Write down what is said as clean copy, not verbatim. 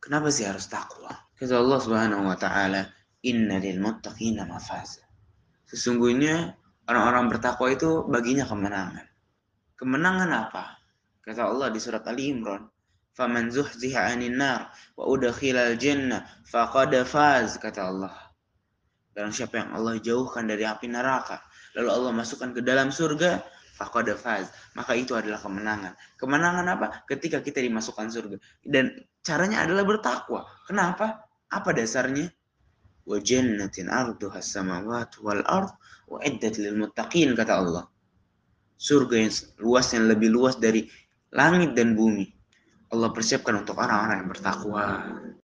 Kenapa sih harus takwa? Kata Allah Subhanahu wa taala, "Inna lil muttaqina mafaza." Sesungguhnya orang-orang bertakwa itu baginya kemenangan. Kemenangan apa? Kata Allah di surat Ali Imran, "Faman zuhziha 'anil nar wa udkhilal jannah faqad faz." Kata Allah. Barang siapa yang Allah jauhkan dari api neraka, lalu Allah masukkan ke dalam surga, faqad faz, maka itu adalah kemenangan. Kemenangan apa? Ketika kita dimasukkan surga. Dan caranya adalah bertakwa. Kenapa? Apa dasarnya? Wa jannatin arduha samawati wal ard uiddat lil muttaqin, kata Allah. Surga yang luas, yang lebih luas dari langit dan bumi, Allah persiapkan untuk orang-orang yang bertakwa.